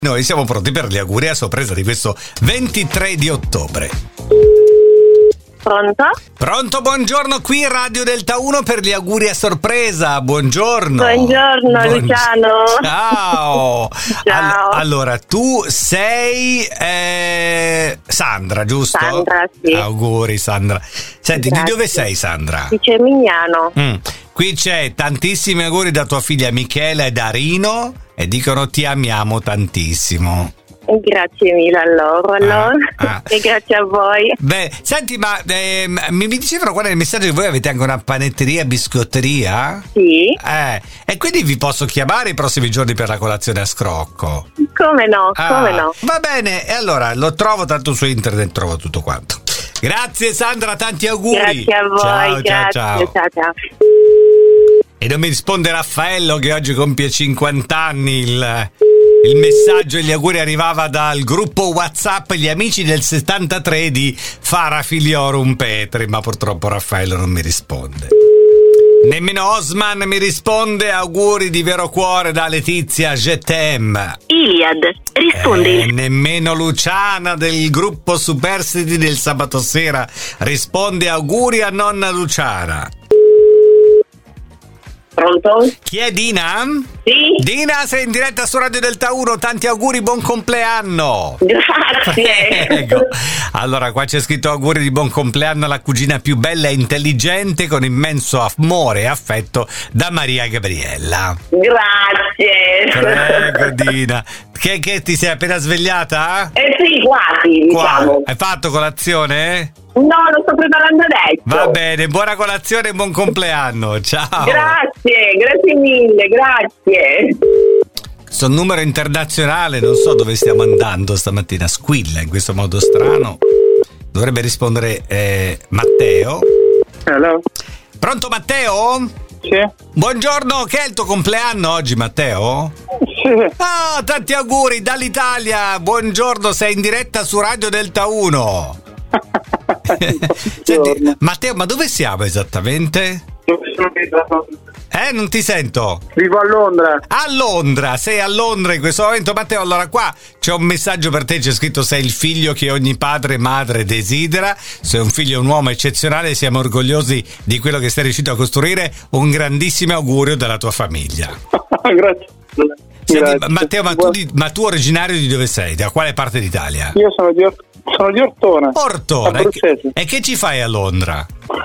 Noi siamo pronti per gli auguri a sorpresa di questo 23 di ottobre. Pronto? Pronto, buongiorno, qui Radio Delta 1 per gli auguri a sorpresa. Buongiorno. Buongiorno Luciano. Ciao. Ciao. Allora, tu sei Sandra, giusto? Sandra, sì. Auguri Sandra. Senti, Grazie. di dove sei Sandra? Di Cermignano. Qui c'è tantissimi auguri da tua figlia Michela e da Rino e dicono ti amiamo tantissimo. Grazie mille a loro, e grazie a voi. Beh, senti, ma mi dicevano qua nel messaggio che voi avete anche una panetteria, biscotteria? Sì. E quindi vi posso chiamare i prossimi giorni per la colazione a scrocco? Come no, come no. Va bene, e allora lo trovo, tanto su internet trovo tutto quanto. Grazie Sandra, tanti auguri. Grazie a voi, ciao, grazie. Ciao. E non mi risponde Raffaello che oggi compie 50 anni. Il messaggio e gli auguri arrivava dal gruppo WhatsApp Gli Amici del 73 di Fara Filiorum Petri, ma purtroppo Raffaello non mi risponde. Nemmeno Osman mi risponde. Auguri di vero cuore da Letizia Getem. Iliad, rispondi. Nemmeno Luciana del gruppo Superstiti del sabato sera risponde auguri a nonna Luciana. Pronto? Chi è Dina? Sì. Dina, sei in diretta su Radio Delta 1, tanti auguri, buon compleanno. Grazie. Ecco. Allora, qua c'è scritto auguri di buon compleanno alla cugina più bella e intelligente con immenso amore e affetto da Maria Gabriella. Grazie. Prego Dina. Che ti sei appena svegliata? Sì, quasi, diciamo. Hai fatto colazione? No, lo sto preparando adesso. Va bene, buona colazione e buon compleanno. Ciao. Grazie mille, grazie. Questo numero internazionale, non so dove stiamo andando stamattina, squilla in questo modo strano. Dovrebbe rispondere Matteo. Hello. Pronto Matteo? Sì. Buongiorno, che è il tuo compleanno oggi Matteo? Sì. Tanti auguri dall'Italia, buongiorno, sei in diretta su Radio Delta 1. Senti, Matteo, ma dove siamo esattamente? Non ti sento. Vivo a Londra. A Londra, sei a Londra in questo momento Matteo. Allora qua c'è un messaggio per te, c'è scritto sei il figlio che ogni padre e madre desidera, sei un figlio, un uomo eccezionale, siamo orgogliosi di quello che sei riuscito a costruire, un grandissimo augurio dalla tua famiglia. Grazie. Senti, Matteo, ma tu originario di dove sei? Da quale parte d'Italia? Io sono di Ortona. Ortona, Abruzzese. e che ci fai a Londra?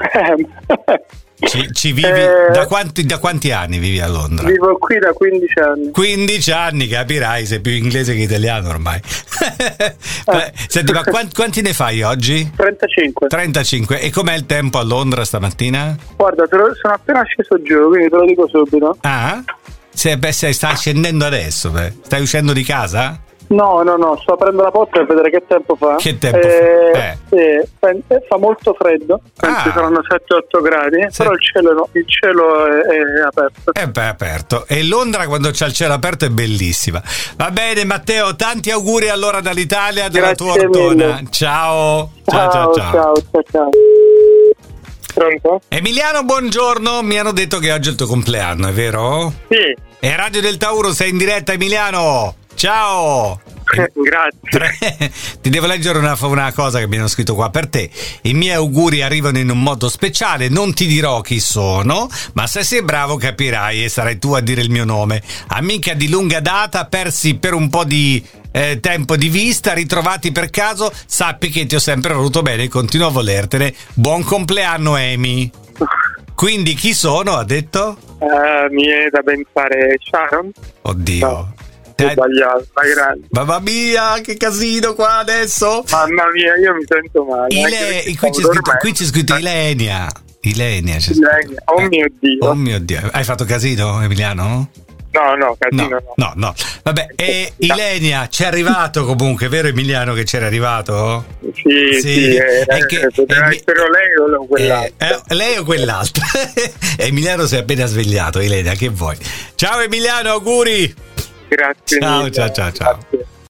Ci vivi da quanti anni vivi a Londra? Vivo qui da 15 anni. 15 anni, capirai, sei più inglese che italiano ormai. Senti, ma quanti ne fai oggi? 35. E com'è il tempo a Londra stamattina? Guarda, sono appena sceso giù, quindi te lo dico subito. Stai scendendo adesso, stai uscendo di casa? No, sto aprendo la porta per vedere che tempo fa. Che tempo fa? Sì, fa molto freddo, penso saranno 7-8 gradi, sì. Però il cielo è aperto. È aperto. E Londra quando c'è il cielo aperto è bellissima. Va bene Matteo, tanti auguri allora dall'Italia, dalla tua Ortona. Ciao. Ciao. Pronto? Emiliano, buongiorno, mi hanno detto che oggi è il tuo compleanno, è vero? Sì. E Radio Delta 1 sei in diretta Emiliano. Ciao. Grazie. Ti devo leggere una cosa che mi hanno scritto qua per te. I miei auguri arrivano in un modo speciale, non ti dirò chi sono, ma se sei bravo capirai e sarai tu a dire il mio nome. Amica di lunga data, persi per un po' di tempo di vista, ritrovati per caso, sappi che ti ho sempre voluto bene e continuo a volertene. Buon compleanno Amy. Quindi chi sono, ha detto? Mi è da pensare Sharon. Oddio. No. Ho sbagliato, ma grande. Mamma mia, che casino qua adesso. Mamma mia, io mi sento male. Qui c'è scritto Ilenia. Oh mio Dio. Hai fatto casino, Emiliano? No, casino no. Vabbè, e Ilenia, c'è arrivato comunque, vero Emiliano che c'era arrivato? Sì. Poteva essere lei o quell'altro. Lei o quell'altro. Emiliano si è appena svegliato, Ilenia, che vuoi? Ciao Emiliano, auguri. Grazie. Ciao. Grazie.